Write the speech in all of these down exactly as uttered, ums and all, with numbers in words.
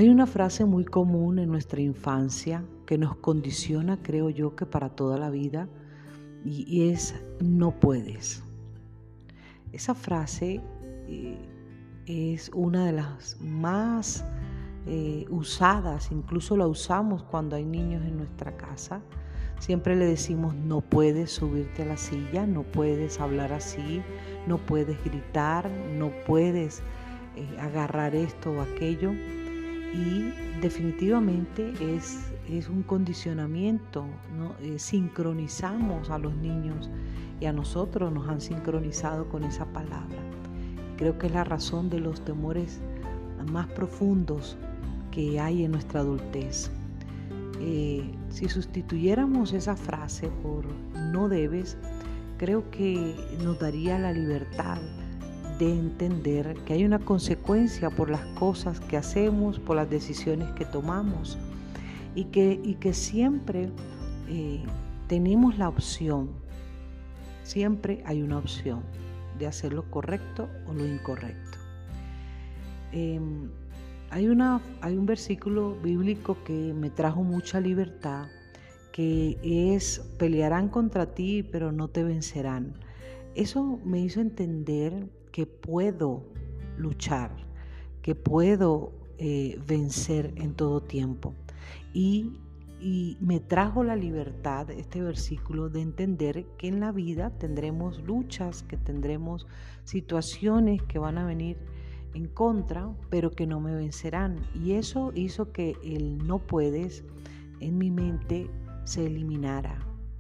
Hay una frase muy común en nuestra infancia que nos condiciona, creo yo, que para toda la vida, y, y es no puedes. Esa frase eh, es una de las más eh, usadas, incluso la usamos cuando hay niños en nuestra casa. Siempre le decimos no puedes subirte a la silla, no puedes hablar así, no puedes gritar, no puedes eh, agarrar esto o aquello. Y definitivamente es, es un condicionamiento, ¿no? Eh, sincronizamos a los niños y a nosotros nos han sincronizado con esa palabra. Creo que es la razón de los temores más profundos que hay en nuestra adultez. Eh, si sustituyéramos esa frase por no debes, creo que nos daría la libertad de entender que hay una consecuencia por las cosas que hacemos, por las decisiones que tomamos y que, y que siempre eh, tenemos la opción, siempre hay una opción de hacer lo correcto o lo incorrecto. Eh, hay, una, hay un versículo bíblico que me trajo mucha libertad, que es: pelearán contra ti, pero no te vencerán. Eso me hizo entender que puedo luchar, que puedo eh, vencer en todo tiempo. Y, y me trajo la libertad este versículo de entender que en la vida tendremos luchas, que tendremos situaciones que van a venir en contra, pero que no me vencerán. Y eso hizo que el no puedes en mi mente se eliminara,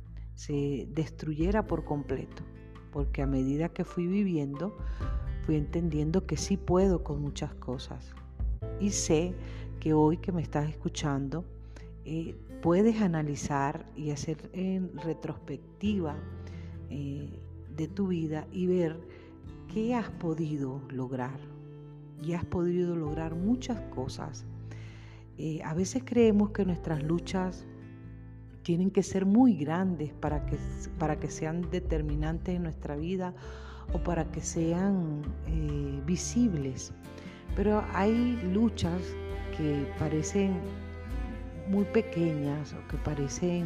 se destruyera por completo. Porque a medida que fui viviendo, fui entendiendo que sí puedo con muchas cosas. Y sé que hoy que me estás escuchando, eh, puedes analizar y hacer en retrospectiva eh, de tu vida y ver qué has podido lograr. Y has podido lograr muchas cosas. Eh, a veces creemos que nuestras luchas tienen que ser muy grandes para que, para que sean determinantes en nuestra vida o para que sean eh, visibles. Pero hay luchas que parecen muy pequeñas o que parecen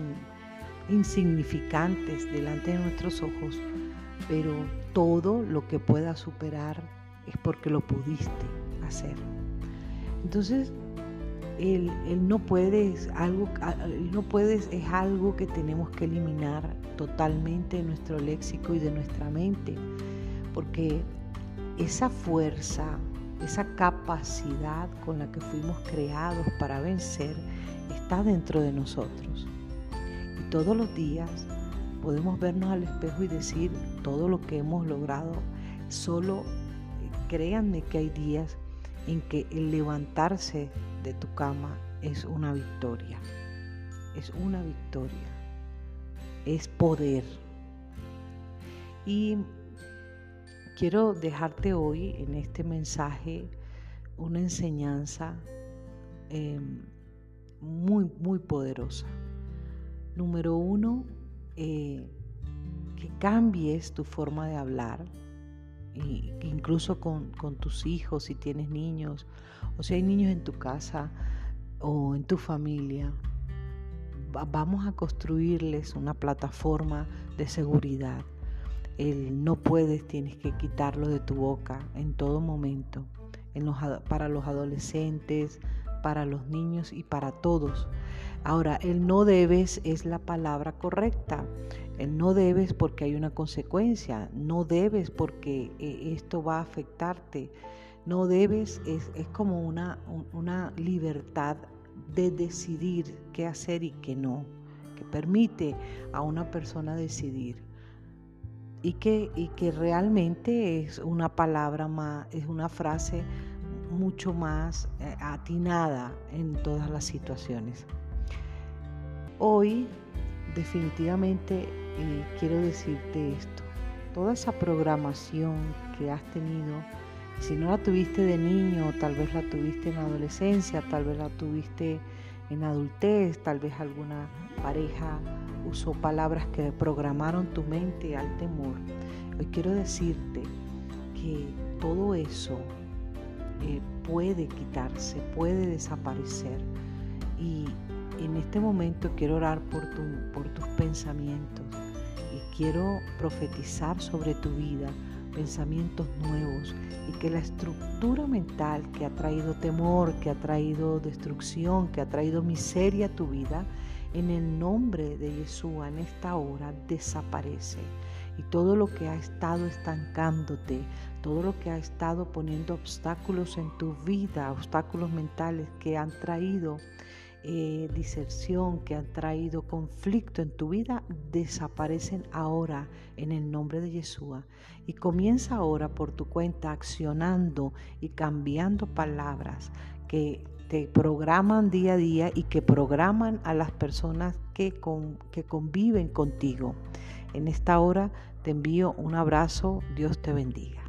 insignificantes delante de nuestros ojos, pero todo lo que puedas superar es porque lo pudiste hacer. Entonces, El, el no puedes, algo, el no puedes es algo que tenemos que eliminar totalmente de nuestro léxico y de nuestra mente, porque esa fuerza, esa capacidad con la que fuimos creados para vencer está dentro de nosotros. Y todos los días podemos vernos al espejo y decir todo lo que hemos logrado. Solo créanme que hay días en que el levantarse de tu cama es una victoria, es una victoria, es poder. Y quiero dejarte hoy en este mensaje una enseñanza eh, muy, muy poderosa. Número uno, eh, que cambies tu forma de hablar, y incluso con, con tus hijos, si tienes niños, o si hay niños en tu casa o en tu familia. Vamos a construirles una plataforma de seguridad. El no puedes, tienes que quitarlo de tu boca en todo momento, en los, para los adolescentes, para los niños y para todos. Ahora, el no debes es la palabra correcta. El no debes porque hay una consecuencia. No debes porque eh, esto va a afectarte. No debes es, es como una, una libertad de decidir qué hacer y qué no, que permite a una persona decidir. Y que, y que realmente es una palabra más, es una frase mucho más eh, atinada en todas las situaciones. Hoy definitivamente eh, quiero decirte esto: toda esa programación que has tenido, si no la tuviste de niño, tal vez la tuviste en adolescencia, tal vez la tuviste en adultez, tal vez alguna pareja usó palabras que programaron tu mente al temor. Hoy quiero decirte que todo eso eh, puede quitarse, puede desaparecer. Y en este momento quiero orar por, tu, por tus pensamientos y quiero profetizar sobre tu vida pensamientos nuevos, y que la estructura mental que ha traído temor, que ha traído destrucción, que ha traído miseria a tu vida, en el nombre de Yeshua en esta hora desaparece. Y todo lo que ha estado estancándote, todo lo que ha estado poniendo obstáculos en tu vida, obstáculos mentales que han traído eh, diserción, que han traído conflicto en tu vida, desaparecen ahora en el nombre de Yeshua. Y comienza ahora por tu cuenta accionando y cambiando palabras que te programan día a día y que programan a las personas que, con, que conviven contigo. En esta hora te envío un abrazo. Dios te bendiga.